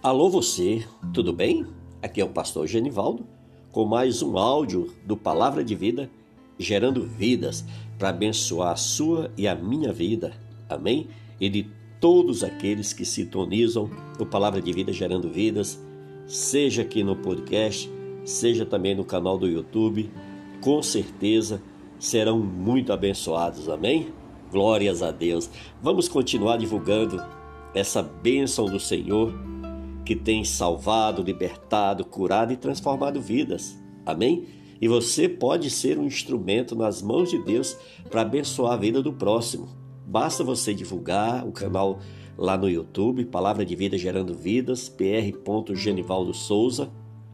Alô você, tudo bem? Aqui é o pastor Genivaldo com mais um áudio do Palavra de Vida, gerando vidas para abençoar a sua e a minha vida, amém? E de todos aqueles que sintonizam o Palavra de Vida gerando vidas, seja aqui no podcast, seja também no canal do YouTube, com certeza serão muito abençoados, amém? Glórias a Deus. Vamos continuar divulgando essa bênção do Senhor que tem salvado, libertado, curado e transformado vidas. Amém? E você pode ser um instrumento nas mãos de Deus para abençoar a vida do próximo. Basta você divulgar o canal lá no YouTube, Palavra de Vida Gerando Vidas, pr. Genivaldo Souza.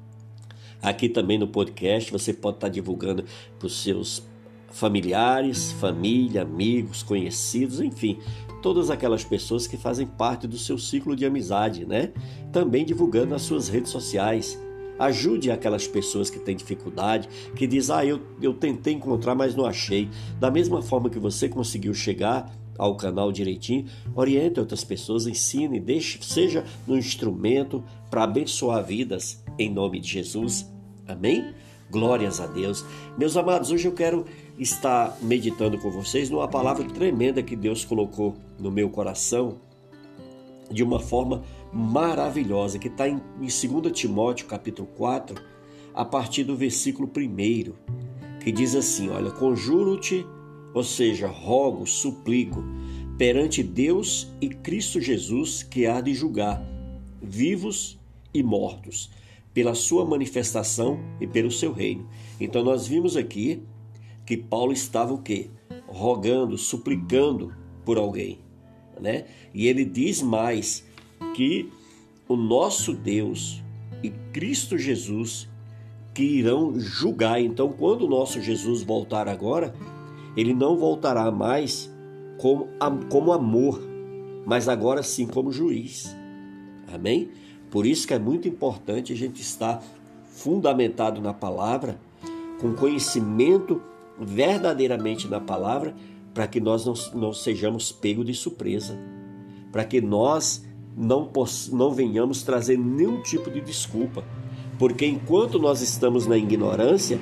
Aqui também no podcast você pode estar divulgando para os seus familiares, família, amigos, conhecidos, enfim, todas aquelas pessoas que fazem parte do seu ciclo de amizade, né? Também divulgando nas suas redes sociais. Ajude aquelas pessoas que têm dificuldade, que dizem, eu tentei encontrar, mas não achei. Da mesma forma que você conseguiu chegar ao canal direitinho, oriente outras pessoas, ensine, seja um instrumento para abençoar vidas, em nome de Jesus. Amém? Glórias a Deus. Meus amados, hoje eu quero estar meditando com vocês numa palavra tremenda que Deus colocou no meu coração de uma forma maravilhosa, que está em 2 Timóteo capítulo 4, a partir do versículo 1, que diz assim, olha, conjuro-te, ou seja, rogo, suplico, perante Deus e Cristo Jesus, que há de julgar vivos e mortos, pela sua manifestação e pelo seu reino. Então nós vimos aqui que Paulo estava o quê? Rogando, suplicando por alguém, né? E ele diz mais que o nosso Deus e Cristo Jesus que irão julgar. Então quando o nosso Jesus voltar agora, ele não voltará mais como amor, mas agora sim como juiz. Amém? Por isso que é muito importante a gente estar fundamentado na palavra, com conhecimento verdadeiramente na palavra, para que nós não sejamos pegos de surpresa, para que nós não venhamos trazer nenhum tipo de desculpa, porque enquanto nós estamos na ignorância,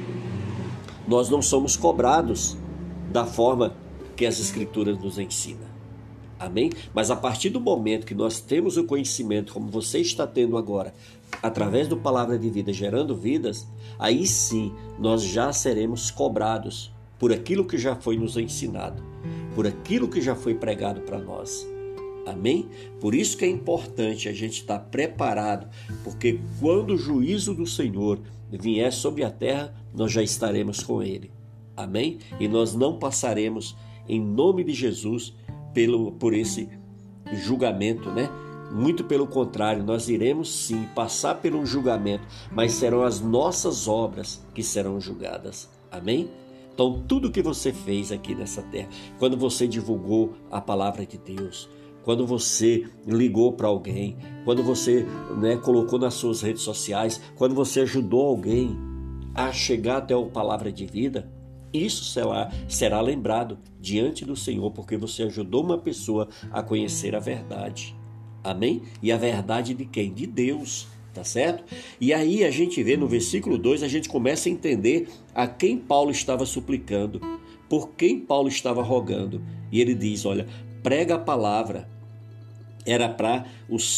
nós não somos cobrados da forma que as Escrituras nos ensinam. Amém? Mas a partir do momento que nós temos o conhecimento, como você está tendo agora, através do Palavra de Vida, gerando vidas, aí sim nós já seremos cobrados por aquilo que já foi nos ensinado, por aquilo que já foi pregado para nós. Amém? Por isso que é importante a gente estar preparado, porque quando o juízo do Senhor vier sobre a terra, nós já estaremos com Ele. Amém? E nós não passaremos, em nome de Jesus, por esse julgamento, né? Muito pelo contrário, nós iremos sim passar por um julgamento, mas serão as nossas obras que serão julgadas. Amém? Então, tudo que você fez aqui nessa terra, quando você divulgou a palavra de Deus, quando você ligou para alguém, quando você, colocou nas suas redes sociais, quando você ajudou alguém a chegar até a palavra de vida, isso será lembrado diante do Senhor, porque você ajudou uma pessoa a conhecer a verdade. Amém? E a verdade de quem? De Deus, tá certo? E aí a gente vê no versículo 2, a gente começa a entender a quem Paulo estava suplicando, por quem Paulo estava rogando. E ele diz, olha, prega a palavra, era para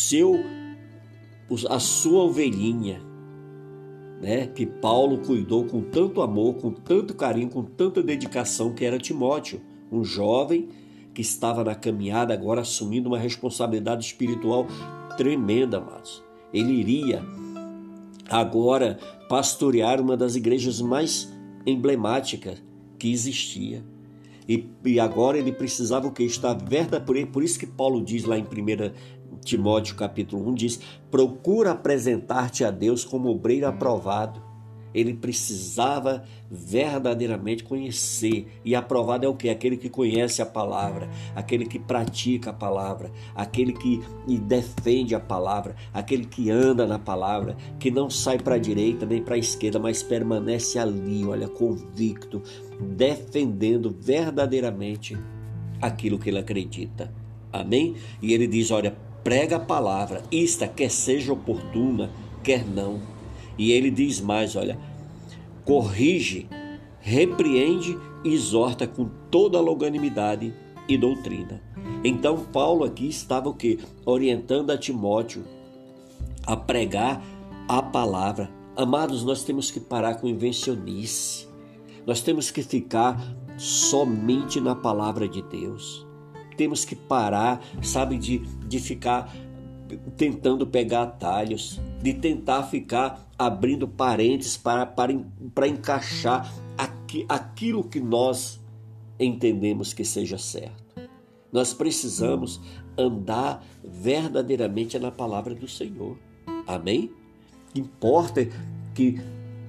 a sua ovelhinha, né, que Paulo cuidou com tanto amor, com tanto carinho, com tanta dedicação, que era Timóteo, um jovem que estava na caminhada agora assumindo uma responsabilidade espiritual tremenda, amados. Ele iria agora pastorear uma das igrejas mais emblemáticas que existia. E agora ele precisava o quê? Estar verdadeiro. Por isso que Paulo diz lá em 1 Timóteo capítulo 1, diz, procura apresentar-te a Deus como obreiro aprovado. Ele precisava verdadeiramente conhecer. E aprovado é o quê? Aquele que conhece a palavra, aquele que pratica a palavra, aquele que defende a palavra, aquele que anda na palavra, que não sai para a direita nem para a esquerda, mas permanece ali, olha, convicto, defendendo verdadeiramente aquilo que ele acredita. Amém? E ele diz, olha, prega a palavra, isto quer seja oportuna, quer não. E ele diz mais, olha, corrige, repreende e exorta com toda a longanimidade e doutrina. Então Paulo aqui estava o quê? Orientando a Timóteo a pregar a palavra. Amados, nós temos que parar com invencionice. Nós temos que ficar somente na palavra de Deus. Temos que parar, sabe, de ficar tentando pegar atalhos, de tentar ficar abrindo parênteses para encaixar aquilo que nós entendemos que seja certo. Nós precisamos andar verdadeiramente na palavra do Senhor. Amém? Importa que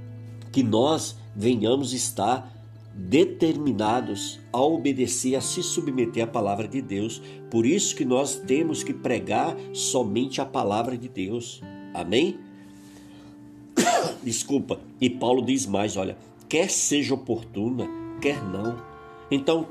nós venhamos estar determinados a obedecer, a se submeter à palavra de Deus. Por isso que nós temos que pregar somente a palavra de Deus. Amém? Desculpa. E Paulo diz mais, olha, quer seja oportuna, quer não. Então,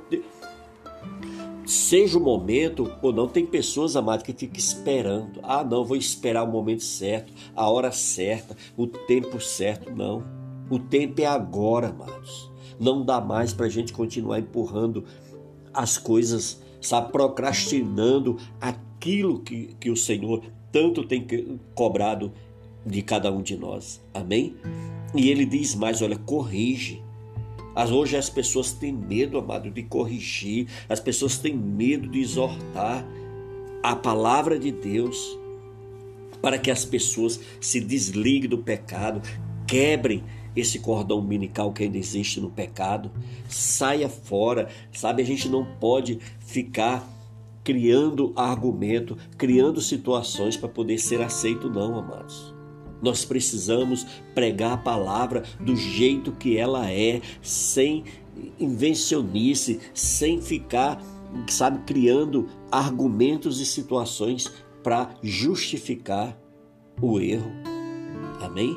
seja o momento ou não, tem pessoas, amadas, que ficam esperando. Ah, não, vou esperar o momento certo, a hora certa, o tempo certo. Não. O tempo é agora, amados. Não dá mais para a gente continuar empurrando as coisas, sabe, procrastinando aquilo que o Senhor tanto tem cobrado de cada um de nós. Amém? E ele diz mais, olha, corrige. Hoje as pessoas têm medo, amado, de corrigir. As pessoas têm medo de exortar a palavra de Deus para que as pessoas se desliguem do pecado, quebrem esse cordão umbilical que ainda existe no pecado, saia fora, sabe? A gente não pode ficar criando argumento, criando situações para poder ser aceito, não, amados. Nós precisamos pregar a palavra do jeito que ela é, sem invencionice, sem ficar, sabe, criando argumentos e situações para justificar o erro. Amém?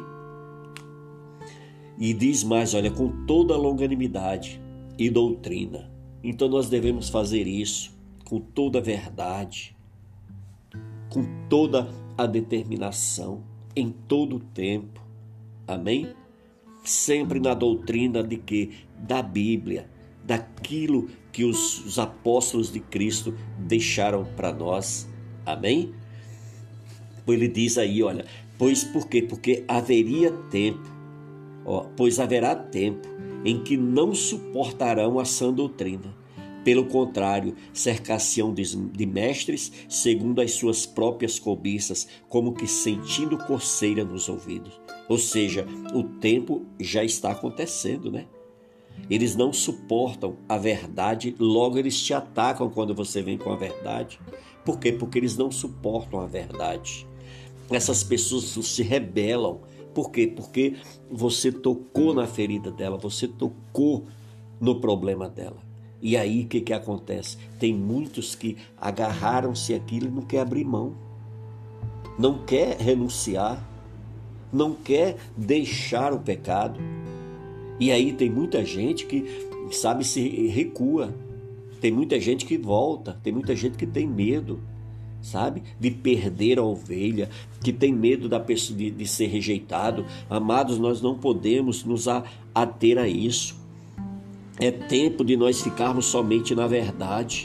E diz mais, olha, com toda a longanimidade e doutrina. Então nós devemos fazer isso com toda a verdade, com toda a determinação, em todo o tempo. Amém? Sempre na doutrina de quê? Da Bíblia, daquilo que os apóstolos de Cristo deixaram para nós. Amém? Ele diz aí, olha, pois por quê? Porque haveria tempo, pois haverá tempo em que não suportarão a sã doutrina. Pelo contrário, cercar-se-ão de mestres segundo as suas próprias cobiças, como que sentindo coceira nos ouvidos. Ou seja, o tempo já está acontecendo, né? Eles não suportam a verdade, logo eles te atacam quando você vem com a verdade. Por quê? Porque eles não suportam a verdade. Essas pessoas se rebelam. Por quê? Porque você tocou na ferida dela, você tocou no problema dela. E aí o que acontece? Tem muitos que agarraram-se àquilo e não quer abrir mão, não quer renunciar, não quer deixar o pecado. E aí tem muita gente que, sabe, se recua, tem muita gente que volta, tem muita gente que tem medo, sabe, de perder a ovelha, que tem medo da pessoa de ser rejeitado. Amados, nós não podemos nos ater a isso. É tempo de nós ficarmos somente na verdade.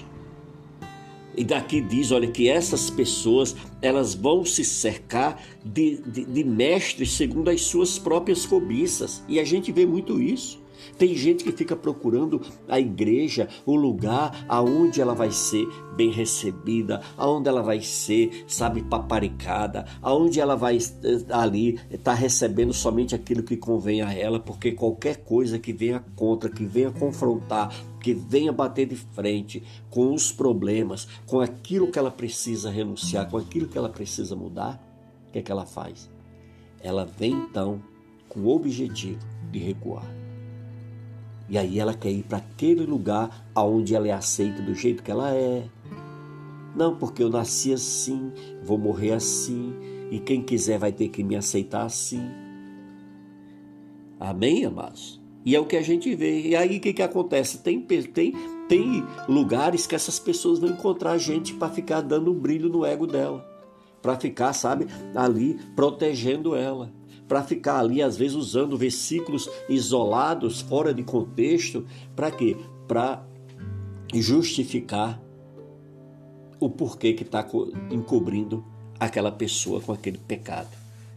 E daqui diz, olha, que essas pessoas, elas vão se cercar de mestres segundo as suas próprias cobiças. E a gente vê muito isso. Tem gente que fica procurando a igreja, o lugar aonde ela vai ser bem recebida, aonde ela vai ser, sabe, paparicada, aonde ela vai ali estar recebendo somente aquilo que convém a ela, porque qualquer coisa que venha contra, que venha confrontar, que venha bater de frente com os problemas, com aquilo que ela precisa renunciar, com aquilo que ela precisa mudar, o que é que ela faz? Ela vem então com o objetivo de recuar. E aí ela quer ir para aquele lugar onde ela é aceita do jeito que ela é. Não, porque eu nasci assim, vou morrer assim, e quem quiser vai ter que me aceitar assim. Amém, amados? E é o que a gente vê. E aí o que acontece? Tem lugares que essas pessoas vão encontrar gente para ficar dando um brilho no ego dela. para ficar, sabe, ali protegendo ela, para ficar ali, às vezes, usando versículos isolados, fora de contexto. Para quê? Para justificar o porquê que está encobrindo aquela pessoa com aquele pecado.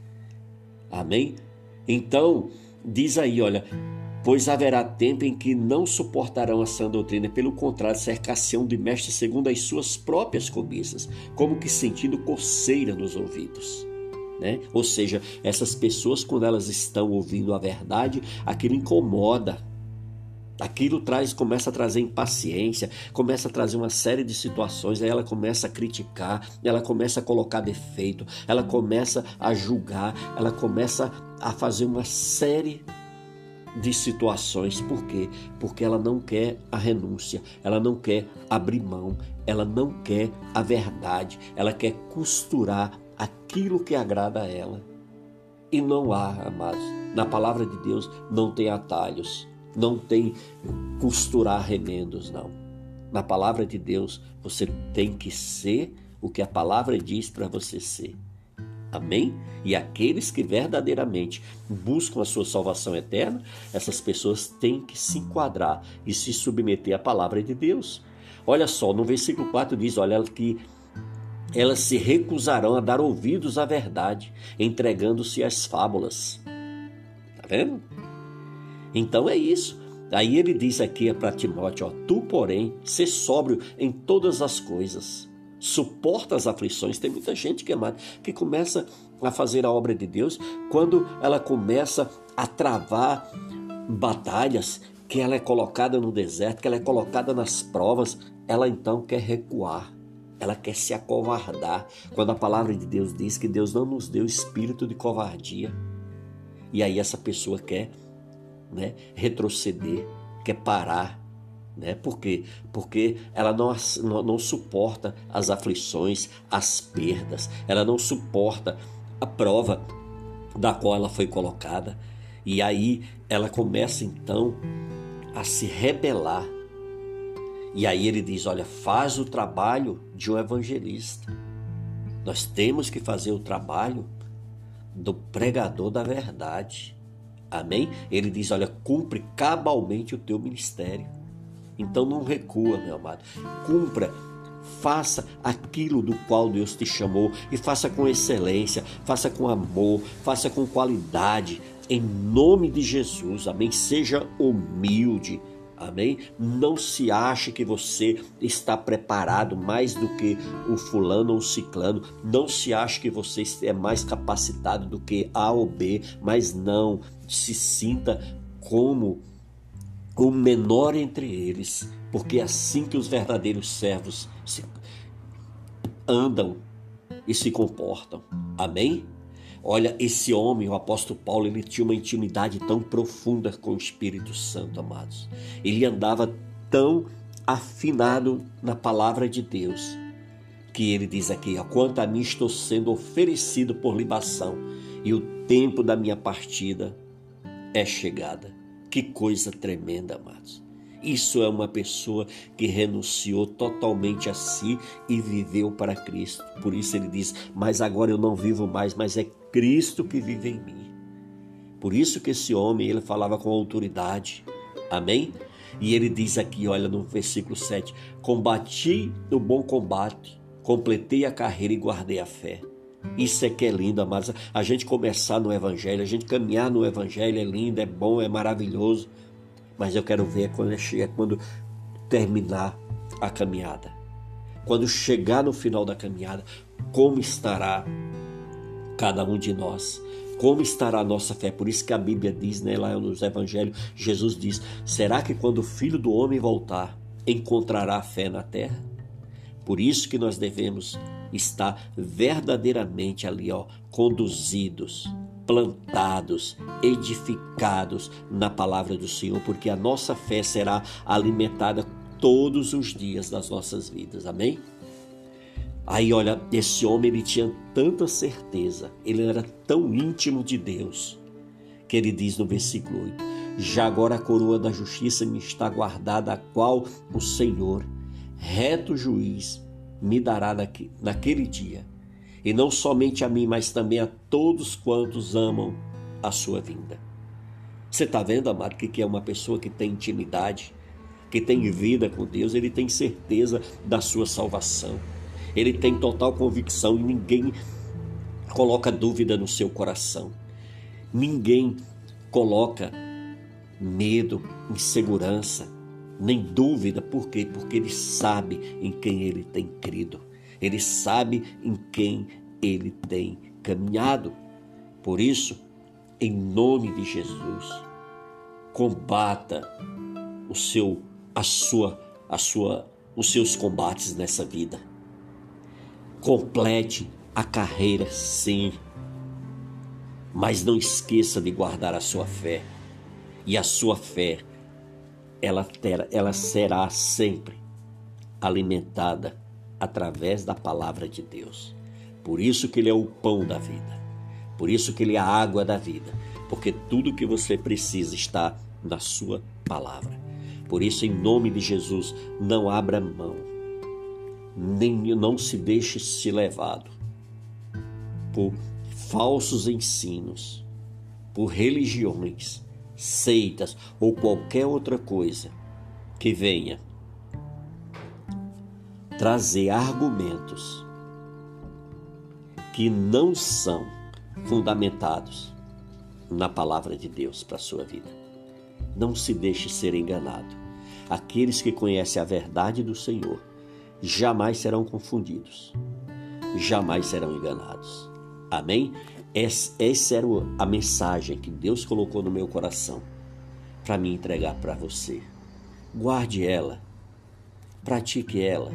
Amém? Então, diz aí, olha, pois haverá tempo em que não suportarão a sã doutrina, pelo contrário, cercar-se-ão de mestres segundo as suas próprias cobiças, como que sentindo coceira nos ouvidos. Né? Ou seja, essas pessoas, quando elas estão ouvindo a verdade, aquilo incomoda. Aquilo começa a trazer impaciência, começa a trazer uma série de situações, aí ela começa a criticar, ela começa a colocar defeito, ela começa a julgar, ela começa a fazer uma série de situações. Por quê? Porque ela não quer a renúncia, ela não quer abrir mão, ela não quer a verdade, ela quer costurar aquilo que agrada a ela. E não há, amados, na palavra de Deus não tem atalhos. Não tem costurar remendos, não. Na palavra de Deus, você tem que ser o que a palavra diz para você ser. Amém? E aqueles que verdadeiramente buscam a sua salvação eterna, essas pessoas têm que se enquadrar e se submeter à palavra de Deus. Olha só, no versículo 4 diz, olha, que elas se recusarão a dar ouvidos à verdade, entregando-se às fábulas. Tá vendo? Então é isso. Aí ele diz aqui para Timóteo, tu, porém, sê sóbrio em todas as coisas. Suporta as aflições. Tem muita gente que começa a fazer a obra de Deus quando ela começa a travar batalhas, que ela é colocada no deserto, que ela é colocada nas provas, ela então quer recuar. Ela quer se acovardar. Quando a palavra de Deus diz que Deus não nos deu espírito de covardia. E aí essa pessoa quer retroceder, quer parar. Por quê? Porque ela não suporta as aflições, as perdas, ela não suporta a prova da qual ela foi colocada. E aí ela começa então a se rebelar. E aí ele diz, olha, faz o trabalho de um evangelista. Nós temos que fazer o trabalho do pregador da verdade. Amém? Ele diz, olha, cumpre cabalmente o teu ministério. Então não recua, meu amado. Cumpra, faça aquilo do qual Deus te chamou e faça com excelência, faça com amor, faça com qualidade, em nome de Jesus. Amém? Seja humilde. Amém? Não se ache que você está preparado mais do que o fulano ou o ciclano. Não se ache que você é mais capacitado do que A ou B, mas não se sinta como o menor entre eles, porque é assim que os verdadeiros servos andam e se comportam. Amém? Olha, esse homem, o apóstolo Paulo, ele tinha uma intimidade tão profunda com o Espírito Santo, amados. Ele andava tão afinado na palavra de Deus, que ele diz aqui, quanto a mim estou sendo oferecido por libação, e o tempo da minha partida é chegada. Que coisa tremenda, amados. Isso é uma pessoa que renunciou totalmente a si e viveu para Cristo. Por isso ele diz, mas agora eu não vivo mais, mas é Cristo que vive em mim. Por isso que esse homem, ele falava com autoridade. Amém? E ele diz aqui, olha no versículo 7, combati o bom combate, completei a carreira e guardei a fé. Isso é que é lindo, amados. A gente começar no Evangelho, a gente caminhar no Evangelho é lindo, é bom, é maravilhoso. Mas eu quero ver quando terminar a caminhada. Quando chegar no final da caminhada, como estará cada um de nós? Como estará a nossa fé? Por isso que a Bíblia diz, lá nos Evangelhos, Jesus diz, será que quando o Filho do Homem voltar, encontrará fé na terra? Por isso que nós devemos estar verdadeiramente ali, conduzidos, plantados, edificados na palavra do Senhor, porque a nossa fé será alimentada todos os dias das nossas vidas. Amém? Aí, olha, esse homem, ele tinha tanta certeza, ele era tão íntimo de Deus, que ele diz no versículo 8, já agora a coroa da justiça me está guardada, a qual o Senhor, reto juiz, me dará naquele dia, E não somente a mim, mas também a todos quantos amam a sua vinda. Você está vendo, amado, que é uma pessoa que tem intimidade, que tem vida com Deus, ele tem certeza da sua salvação. Ele tem total convicção e ninguém coloca dúvida no seu coração. Ninguém coloca medo, insegurança, nem dúvida. Por quê? Porque ele sabe em quem ele tem crido. Ele sabe em quem ele tem caminhado. Por isso, em nome de Jesus, combata os seus combates nessa vida. Complete a carreira, sim, mas não esqueça de guardar a sua fé. E a sua fé, ela será sempre alimentada através da palavra de Deus. Por isso que ele é o pão da vida. Por isso que ele é a água da vida. Porque tudo que você precisa está na sua palavra. Por isso, em nome de Jesus, não abra mão. Não se deixe ser levado por falsos ensinos, por religiões, seitas ou qualquer outra coisa que venha trazer argumentos que não são fundamentados na palavra de Deus para a sua vida. Não se deixe ser enganado. Aqueles que conhecem a verdade do Senhor jamais serão confundidos, jamais serão enganados. Amém? Essa era a mensagem que Deus colocou no meu coração para me entregar para você. Guarde ela, pratique ela,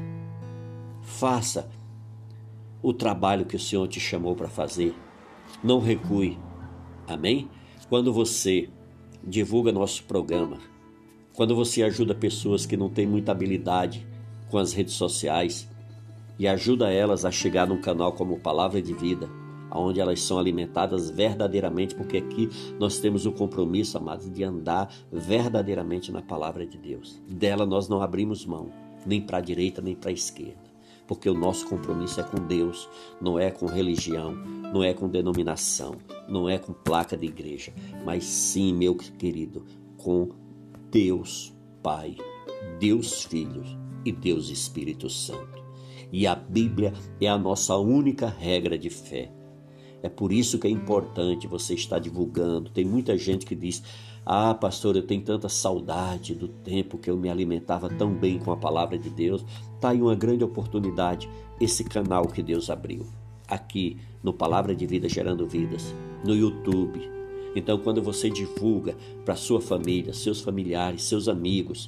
faça o trabalho que o Senhor te chamou para fazer. Não recue. Amém? Quando você divulga nosso programa, quando você ajuda pessoas que não têm muita habilidade com as redes sociais e ajuda elas a chegar num canal como Palavra de Vida, onde elas são alimentadas verdadeiramente, porque aqui nós temos o compromisso, amados, de andar verdadeiramente na Palavra de Deus. Dela nós não abrimos mão, nem para a direita, nem para a esquerda, porque o nosso compromisso é com Deus, não é com religião, não é com denominação, não é com placa de igreja, mas sim, meu querido, com Deus Pai, Deus Filho e Deus Espírito Santo. E a Bíblia é a nossa única regra de fé. É por isso que é importante você estar divulgando. Tem muita gente que diz: ah, pastor, eu tenho tanta saudade do tempo que eu me alimentava tão bem com a palavra de Deus. Está aí uma grande oportunidade, esse canal que Deus abriu, aqui no Palavra de Vida Gerando Vidas, no YouTube. Então, quando você divulga para sua família, seus familiares, seus amigos,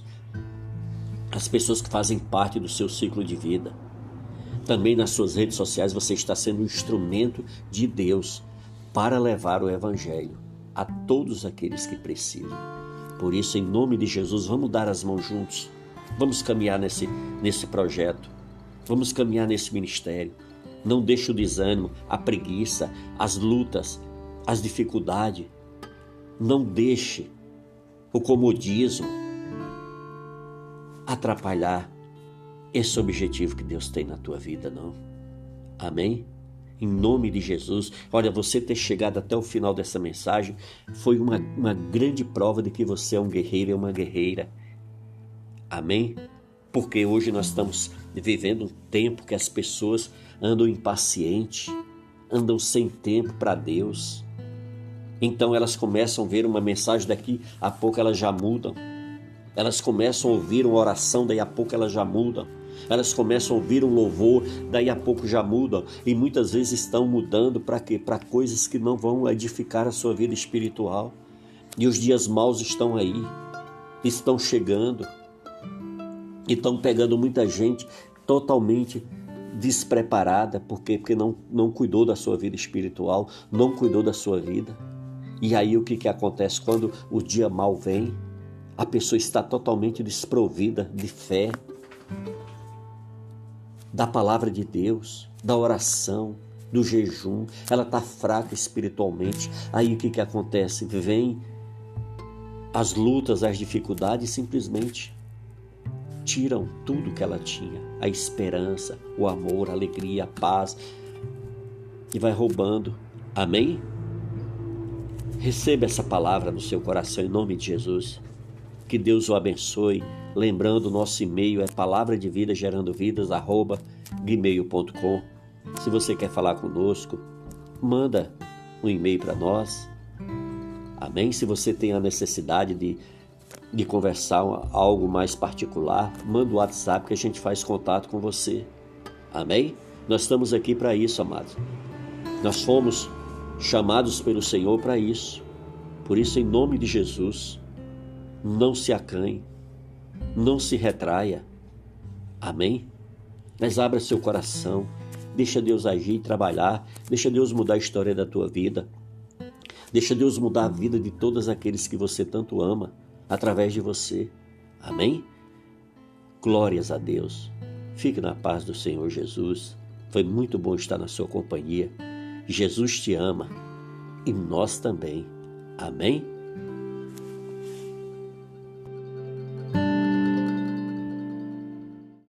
as pessoas que fazem parte do seu ciclo de vida, também nas suas redes sociais, você está sendo um instrumento de Deus para levar o Evangelho a todos aqueles que precisam. Por isso, em nome de Jesus, vamos dar as mãos juntos. Vamos caminhar nesse projeto. Vamos caminhar nesse ministério. Não deixe o desânimo, a preguiça, as lutas, as dificuldades. Não deixe o comodismo atrapalhar esse objetivo que Deus tem na tua vida, não. Amém? Em nome de Jesus. Olha, você ter chegado até o final dessa mensagem foi uma grande prova de que você é um guerreiro e uma guerreira. Amém? Porque hoje nós estamos vivendo um tempo que as pessoas andam impacientes, andam sem tempo para Deus. Então elas começam a ver uma mensagem daqui, a pouco elas já mudam. Elas começam a ouvir uma oração, daí a pouco elas já mudam. Elas começam a ouvir um louvor, daí a pouco já mudam. E muitas vezes estão mudando para quê? Para coisas que não vão edificar a sua vida espiritual. E os dias maus estão aí, estão chegando. E estão pegando muita gente totalmente despreparada, porque não cuidou da sua vida espiritual, não cuidou da sua vida. E aí o que acontece quando o dia mau vem? A pessoa está totalmente desprovida de fé, da palavra de Deus, da oração, do jejum. Ela está fraca espiritualmente. Aí o que acontece? Vem as lutas, as dificuldades, simplesmente tiram tudo que ela tinha. A esperança, o amor, a alegria, a paz. que vai roubando. Amém? Receba essa palavra no seu coração em nome de Jesus. Que Deus o abençoe. Lembrando, nosso e-mail é palavradevidagerando-vidas@gmail.com. Se você quer falar conosco, manda um e-mail para nós. Amém? Se você tem a necessidade de conversar algo mais particular, manda o WhatsApp que a gente faz contato com você. Amém? Nós estamos aqui para isso, amados. Nós fomos chamados pelo Senhor para isso. Por isso, em nome de Jesus, não se acanhe, não se retraia. Amém? Mas abra seu coração, deixa Deus agir e trabalhar, deixa Deus mudar a história da tua vida, deixa Deus mudar a vida de todos aqueles que você tanto ama, através de você. Amém? Glórias a Deus. Fique na paz do Senhor Jesus. Foi muito bom estar na sua companhia. Jesus te ama e nós também. Amém?